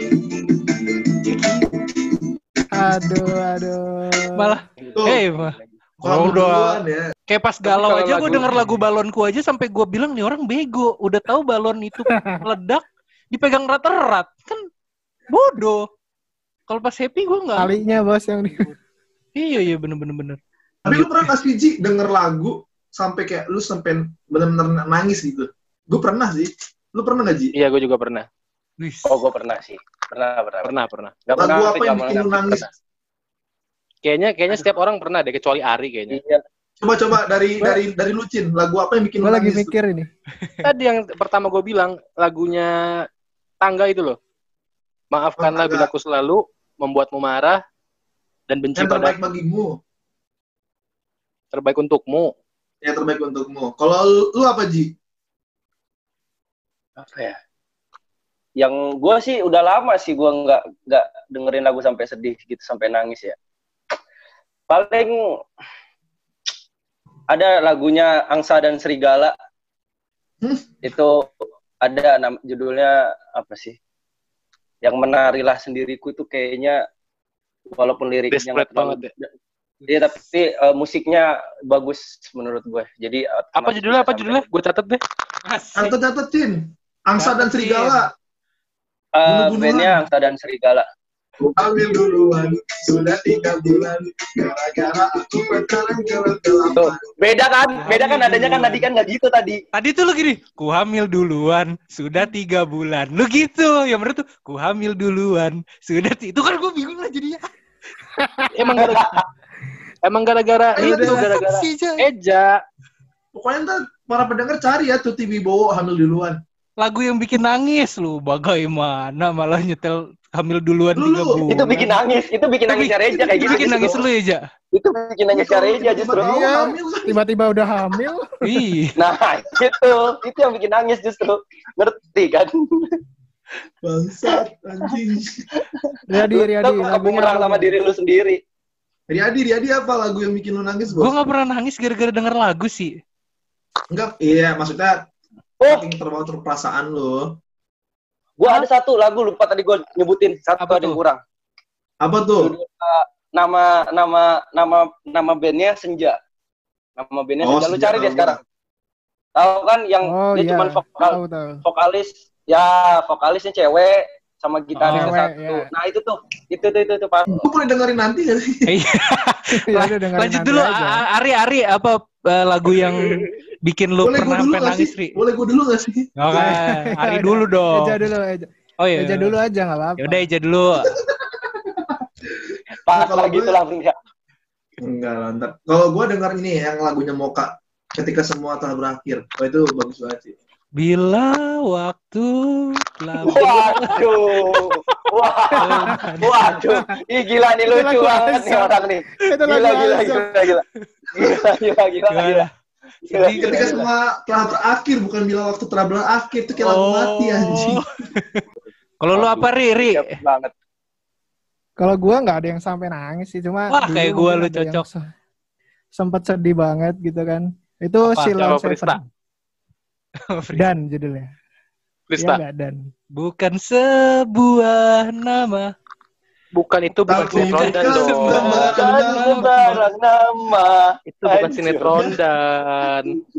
Aduh, aduh. malah, Tuh, eh, mah. hamil udah. duluan ya. Kayak pas Tapi galau kalau aja gue lagu- denger lagu balonku aja sampai gue bilang nih orang bego. Udah tahu balon itu meledak, dipegang erat-erat. Kan bodoh. Kalau pas happy gue nggak. Talinya bos yang di... Iya, iya, bener-bener. bener. Tapi lu pernah nggak sih, Ji, denger lagu sampai kayak lu sampai bener-bener nangis gitu? Gue pernah sih. Lu pernah nggak, Ji? Iya, gue juga pernah. Wih. Oh, gue pernah sih. Pernah, pernah. Pernah, pernah. Gak pernah Lagu tapi apa yang zaman bikin lu pernah. nangis? Kayaknya kayaknya setiap orang pernah deh, kecuali Ari kayaknya. Iya. Coba-coba dari dari dari lu, Cin. Lagu apa yang bikin Gue lu lagi nangis? mikir ini. Tadi yang pertama gue bilang, lagunya Tangga itu loh. Maafkanlah Oh, Tangga. bila aku selalu membuatmu marah dan benci Yang terbaik pada bagimu. terbaik untukmu. Yang terbaik untukmu. Kalau lu, lu apa, Ji? Apa ya? Yang gue sih udah lama sih gue nggak nggak dengerin lagu sampai sedih gitu sampai nangis ya. Paling ada lagunya Angsa dan Serigala. Hmm. Itu ada nam- judulnya apa sih? Yang menarilah sendiriku itu kayaknya walaupun liriknya Desperate nggak terlalu- banget ya. Iya, tapi uh, musiknya bagus menurut gue. Jadi uh, Apa masih judulnya? bisa Apa sampai- judulnya? Gue catet deh. Atau catetin. Angsa dan Serigala. Uh, Bunuh-bunuhan. bandnya Angsa dan Serigala. Ambil duluan, sudah tiga bulan. Gara-gara aku pacaran Tuh, gelap-gelapan. beda kan? Beda kan adanya kan tadi kan nggak gitu tadi. Tadi tuh lu gini, ku hamil duluan, sudah tiga bulan. Lu gitu, yang bener tuh, ku hamil duluan, sudah ti-" itu kan gue bingung lah jadinya. Emang gara-gara Emang gara-gara Ayo, itu udah. gara-gara Si, Ja. Eja. Pokoknya ntar para pendengar cari ya Tuti Wibowo hamil duluan. Lagu yang bikin nangis lu, bagaimana malah nyetel hamil duluan Lu, tiga lu. bulan. Itu bikin nangis, itu bikin nangisnya Reja kayak Itu gitu. bikin nangis justru. lu ya, Ja? Itu bikin nangisnya Reja justru. Tiba-tiba Iya. hamil kan. Tiba-tiba udah hamil. Ih, Nah, itu, itu yang bikin nangis justru. Ngerti kan? Bangsat, anjing. Riyadi, Riyadi. Lu lagunya kebumerang apa? sama diri lu sendiri. Riyadi, Riyadi apa lagu yang bikin lu nangis, gue Bos? gak pernah nangis gara-gara denger lagu sih. Enggak, iya maksudnya Oh, saking terbawa terperasaan lu. gua ada satu lagu lupa tadi gua nyebutin, satu Apa ada yang tuh? kurang. Apa tuh? Judul, uh, nama nama nama nama bandnya Senja. Nama bandnya Oh, Senja. Lu Senja, cari dia tahu sekarang. Tahu kan yang Oh dia iya. cuma vokal Tahu, tahu. vokalis ya vokalisnya cewek sama gitarisnya Cewek, satu. ya. Nah itu tuh itu tuh itu tuh Pak. Lu boleh dengerin nanti gak sih? Iya. Ya udah dengerin Lanjut nanti dulu, aja. A- Ari, Ari, apa eh, lagu yang bikin lu Boleh gue pernah dulu sampai gak nangis, sih? Ri? Boleh gue dulu gak sih? Oke, Ari dulu dong. Eja dulu, Eja. Oh iya. Eja dulu aja nggak apa-apa. Yaudah Eja dulu. Pas Kalau lah gue- gitu lah Bang. Enggak lah, ntar. Kalau gue denger ini yang lagunya Moka, ketika semua telah berakhir. Oh itu bagus banget sih. Bila waktu telah Waduh. Wah. Waduh. Ih gila nih Itu lucu lagu banget nih Azam. orang nih. Itu Gila lagu gila Azam. gila gila. Gila gila gila Gimana? gila. Gila, Sedih gila, Ketika gila. semua telah berakhir, bukan bila waktu telah berakhir. Itu kayak lagu Oh. mati anjing. Kalau lu apa, Ri? Ri? Siap banget. Kalau gua nggak ada yang sampai nangis sih, cuma Wah, dulu kayak gua mungkin lu ada yang cocok. se- Sempet sedih banget gitu kan. Itu Apa? Silon Siapa, Prista? Seven. Dan judulnya. Iya Krista. nggak Dan. Bukan sebuah nama. Bukan itu bukan Tapi sinetron dan bukan dong. sebuah- Bukan sembarang nama. Itu bukan Anjir. sinetron dan.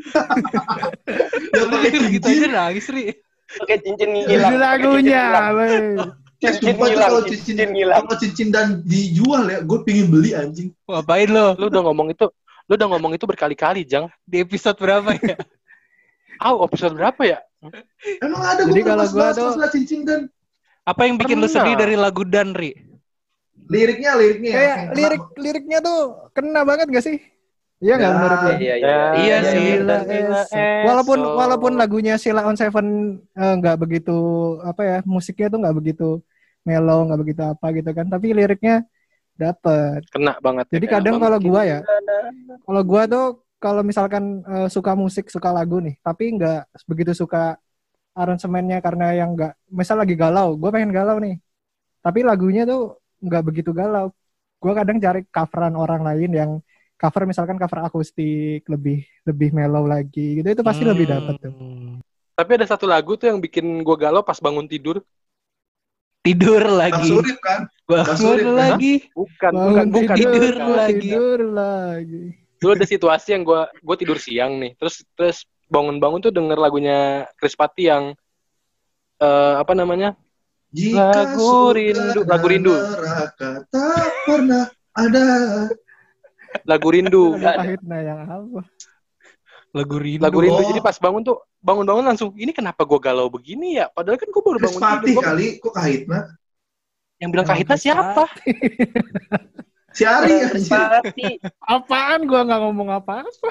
Ya pakai Gitu aja cincin. nangis, Ri. Pakai cincin ngilang. Judul Pakai lagunya, cincin hilang. weh. Eh, Cincin sumpah tuh hilang. kalau cincin, Cincin hilang. kalau cincin dan dijual ya, gue pengen beli anjing. Ngapain lo? Lu udah ngomong itu, lu udah ngomong itu berkali-kali, Jang. Di episode berapa ya? Ah, episode berapa ya? Emang ada Jadi gue kalau pernah gua bahas tuh- masalah cincin dan Apa yang bikin lu Pernah. sedih dari lagu Dan, Ri? liriknya, liriknya. Kayak yang lirik liriknya tuh kena banget gak sih? Iya nggak Ya, menurut lu? Iya iya. Iya Iya, sih. Gila, Gila, esok. Walaupun esok. walaupun lagunya Sheila on Seven eh, nggak begitu apa ya, musiknya tuh nggak begitu mellow, nggak begitu apa gitu kan, tapi liriknya dapet. Kena banget. Jadi ya, kadang kena kalau banget. gua ya, kalau gua tuh kalau misalkan eh, suka musik, suka lagu nih, tapi nggak begitu suka aransemennya karena yang nggak, misal lagi galau, gua pengen galau nih, tapi lagunya tuh nggak begitu galau. Gua kadang cari coveran orang lain yang cover, misalkan cover akustik lebih lebih mellow lagi gitu, itu pasti Hmm. lebih dapet tuh. Tapi ada satu lagu tuh yang bikin gue galau pas bangun tidur. Tidur Bang lagi. Surip kan? Bang Bangun Surip, kan? lagi. Bukan, bukan, Bangun bukan. tidur tidur, lagi. tidur lagi. Dulu ada situasi yang gue gue tidur siang nih, terus terus bangun-bangun tuh denger lagunya Chris Patti yang eh, apa namanya? Jika Lagu surga rindu, dan lagu rindu. neraka tak pernah ada. Lagu rindu. Lagu Kahitna yang apa? Lagu rindu. Lagu rindu. Oh. Jadi pas bangun tuh bangun-bangun langsung, ini kenapa gue galau begini ya? Padahal kan gue baru Chris bangun Patti tidur. Gua- kali, kok Kahitna? Yang bilang Emang Kahitna Chris siapa? Si Ari Chris anjir. Patti. Apaan? Gua nggak ngomong apa-apa.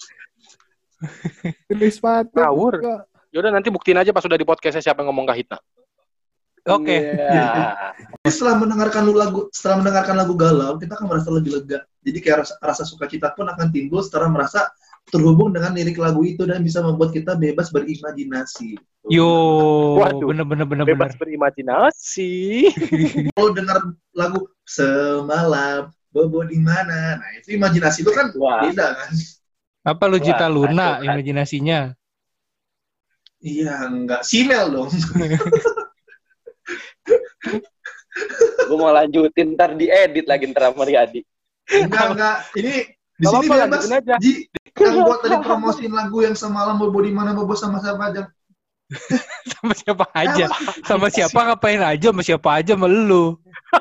Chris Patti. Ngawur. Gua- Yaudah nanti buktiin aja pas udah di podcastnya siapa yang ngomong Kahitna. Oke. Iya. Tapi setelah mendengarkan lagu, setelah mendengarkan lagu galau, kita akan merasa lebih lega. Jadi kayak rasa, rasa sukacita pun akan timbul setelah merasa terhubung dengan lirik lagu itu dan bisa membuat kita bebas berimajinasi. Yo, Waduh. bener bener bener Bebas bener. berimajinasi. Kalau dengar lagu semalam bobo di mana, nah itu imajinasi lu kan Wah. beda kan? Apa lu Jita Wah, Luna kacau, imajinasinya? Iya, enggak simel dong. Gue mau lanjutin, ntar diedit lagi ntar sama Riyadi. Enggak, enggak. Ini di Gak sini apa-apa, bebas. lanjutin aja. Ji, yang buat tadi promosiin lagu yang semalam bobo di mana bobo sama siapa aja. Sama siapa aja. Apa? Sama siapa ngapain aja, sama siapa aja sama lu.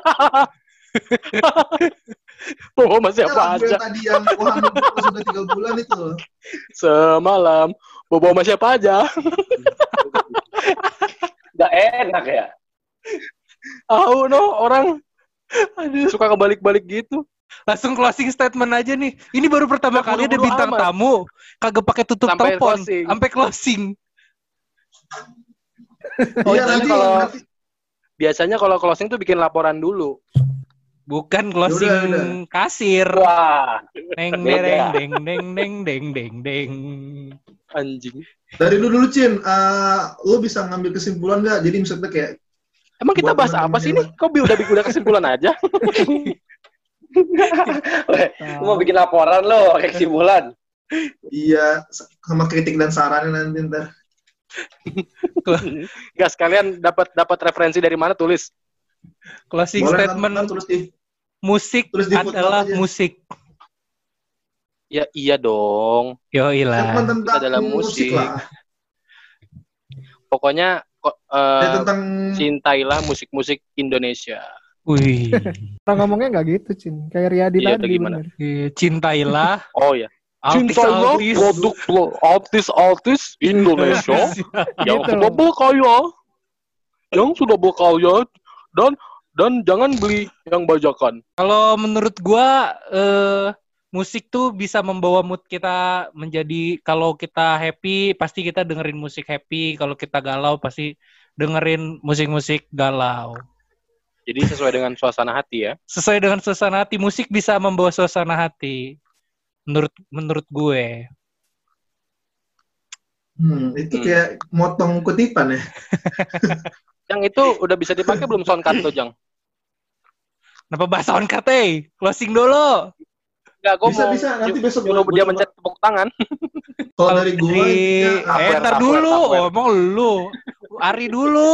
Bobo sama siapa Ya, lagu aja. yang tadi yang wah bobo sudah tiga bulan itu loh. Semalam. Bobo sama siapa aja. Gak enak ya. Tahu no orang aduh, suka kebalik-balik gitu. Langsung closing statement aja nih. Ini baru pertama Ya, kali ada buru-buru bintang amat. tamu. Kagak pakai tutup Sampai telepon. closing. Sampai closing. Oh, Iya jadi nanti, kalau- nanti Biasanya kalau closing tuh bikin laporan dulu. Bukan closing Yaudah, yaudah. kasir. Wah, Deng Beda. deng deng deng deng deng deng deng. Anjing. dari lu dulu Cin, eh, lu bisa ngambil kesimpulan nggak? Jadi misalnya kayak Emang kita Buat bahas apa teman-teman sih yang- nih? Kok bi- udah udah kesimpulan aja? lu mau bikin laporan lo, kayak kesimpulan. iya sama kritik dan sarannya nanti ntar. Gak sekalian dapat dapat referensi dari mana tulis. Closing Boleh statement kan, terus di musik Terus di footnote adalah aja. musik. Ya iya dong. Yo statement ilah. tentang adalah musik musik. lah. Pokoknya kok Ya, eh, tentang cintailah musik-musik Indonesia. Wih. Orang ngomongnya nggak gitu, Cin. Kayak Riyadi Iya, tadi, gimana? bener. Eh, Cintailah Oh ya. artis Cintailah artis. produk pro- artis-artis Indonesia yang Gitu. sudah berkaya, yang sudah berkaya dan dan jangan beli yang bajakan. Kalau menurut gua eh, musik tuh bisa membawa mood kita menjadi, kalau kita happy pasti kita dengerin musik happy, kalau kita galau pasti dengerin musik-musik galau. Jadi sesuai dengan suasana hati ya. Sesuai dengan suasana hati, musik bisa membawa suasana hati. Menurut menurut gue. hmm, itu Hmm. kayak motong kutipan ya. Yang itu udah bisa dipakai belum soundcard tuh, Jang? Kenapa bahas on kate? Closing dulu. Enggak, gua Bisa, mau bisa. Nanti ny- besok nyuruh gua- dia gua mencet tepuk tangan. Kalau dari gue, Dari, intinya, eh Tupperware, ntar Tupperware, dulu. Tupperware. Oh, emang lu. Ari dulu.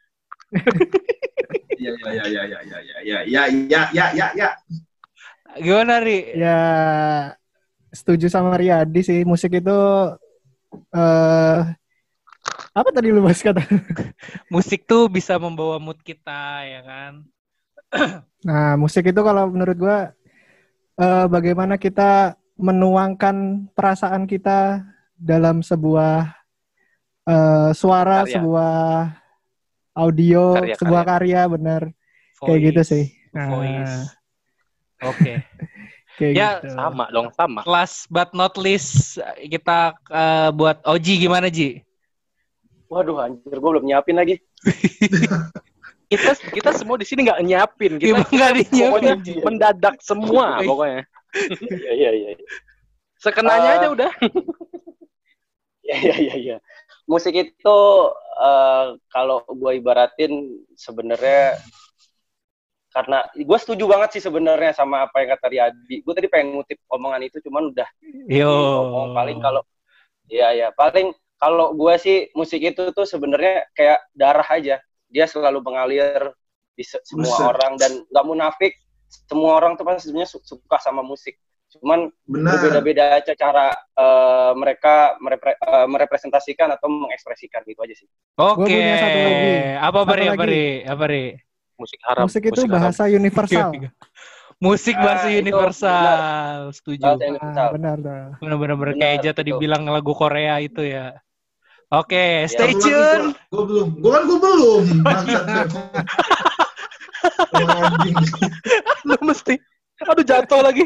ya ya ya ya ya ya ya ya ya ya ya ya. Gimana, Ri? Ya, setuju sama Riyadi sih. Musik itu eh apa tadi lu bahas kata? Musik tuh bisa membawa mood kita, ya kan? Nah, musik itu kalau menurut gua eh, bagaimana kita menuangkan perasaan kita dalam sebuah eh, suara, Karya. sebuah audio, Karya, sebuah karya, benar. Kayak Voice. gitu sih. Nah, Voice. Oke. kayak Ya, gitu. Sama dong, sama. Last but not least, kita eh, buat Oji gimana, Ji? Waduh, anjir, gue belum nyiapin lagi. Kita kita semua di sini nggak nyiapin. Kita, Emang nggak kita nyiapin. pokoknya mendadak semua pokoknya. Iya, iya, iya. Sekenanya Eh, aja udah. Iya, iya, iya, iya. Musik itu eh, kalau gue ibaratin sebenarnya karena gue setuju banget sih sebenarnya sama apa yang kata Riyadi. Gue tadi pengen ngutip omongan itu, cuman udah Yo. ngomong paling kalau ya ya paling kalau gue sih musik itu tuh sebenarnya kayak darah aja. Dia selalu mengalir di se- semua Buset. orang dan nggak munafik. Semua orang tuh pasti sebenarnya su- suka sama musik. Cuman Benar. berbeda-beda aja cara eh, mereka merepre- eh, merepresentasikan atau mengekspresikan gitu aja sih. Oke. punya satu lagi. Apa Satu Bari? Apa lagi. Bari? Apa Bari? Musik haram. Musik itu haram. bahasa universal. Musik bahasa Ah, itu universal. Setuju. Bahasa Nah, universal. benar tuh. Bener-bener Benar, kayak aja tadi itu. bilang lagu Korea itu ya. Oke, stay Satu lagi tune. gua- Gua belum. Gua kan gua belum. Bangsat. Emang anjing. Lu mesti. Aduh jatuh lagi.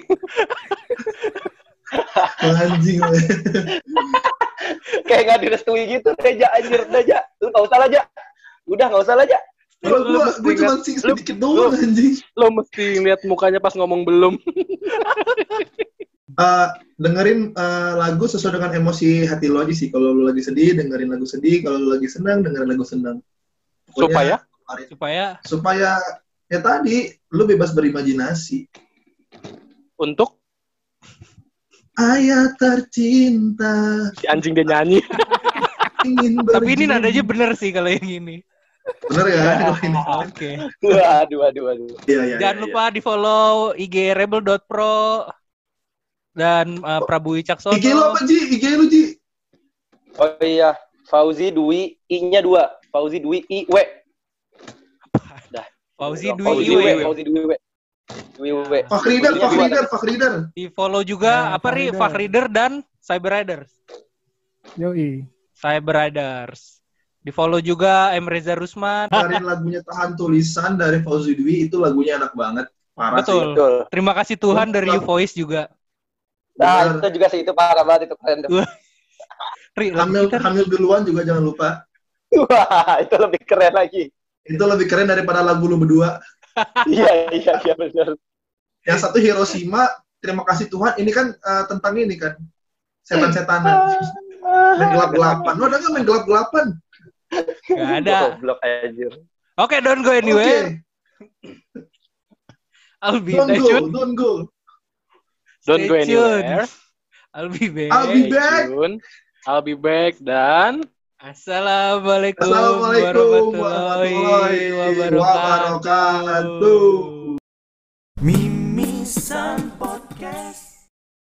Emang anjing. Kayak nggak direstui gitu, Deja, anjir, Deja. Lu nggak usah lah, Ja. Udah, nggak usah lah, Ja. Kalau Lu gua mesti gua cuma lihat- sing lu- sedikit doang anjing. Lo mesti lihat mukanya pas ngomong belum. Eh, dengerin eh, lagu sesuai dengan emosi hati lo aja sih. Kalau lo lagi sedih, dengerin lagu sedih. Kalau lo lagi senang, dengerin lagu senang. Supaya? Supaya Supaya ya tadi lo bebas berimajinasi. Untuk Ayah tercinta si anjing dia nyanyi. ingin tapi ini berjuang. nadanya bener sih kalau yang ini. Bener ya? Ini. Oke. Waduh, waduh, waduh. Iya, iya. Jangan iya, lupa di follow I G rebel dot pro dan uh, Prabu Wicaksono. I G lu apa, Ji? I G lu, Ji? Oh iya, Fauzi Dwi I-nya dua. Fauzi Dwi I W. Dah. Fauzi Dwi Fauzi I W. Fauzi Dwi W. Dwi W. Fakrider, I-nya dua. Fakrider, Fakrider. Di follow juga Ya, apa ri Fakrider. Fakrider dan Cyber Riders. Yoi. Cyber Riders. Di follow juga M Reza Rusman. Dari lagunya Tahan Tulisan dari Fauzi Dwi, itu lagunya enak banget. Parah Betul. sih. Betul. Terima kasih Tuhan dari You Voice juga. Nah, Bener. itu juga sih, itu parah banget, itu keren. tuh. Ri, lagu Hamil, kita hamil duluan juga jangan lupa. Wah, itu lebih keren lagi. Itu lebih keren daripada lagu lu berdua. Iya, iya, iya, benar. Yang satu Hiroshima, terima kasih Tuhan. Ini kan eh, tentang ini kan, setan-setanan. Main gelap-gelapan. Lu ada nggak main gelap-gelapan? nggak ada. Goblok anjir. Oke, don't go Oke, anywhere. I'll be don't back. go, Jun. don't go. Don't go Stay tuned. anywhere. I'll be back. I'll be Stay back. tuned. I'll be back dan Assalamualaikum, Assalamualaikum warahmatullahi warahmatullahi wabarakatuh. wabarakatuh. Mimisan Podcast.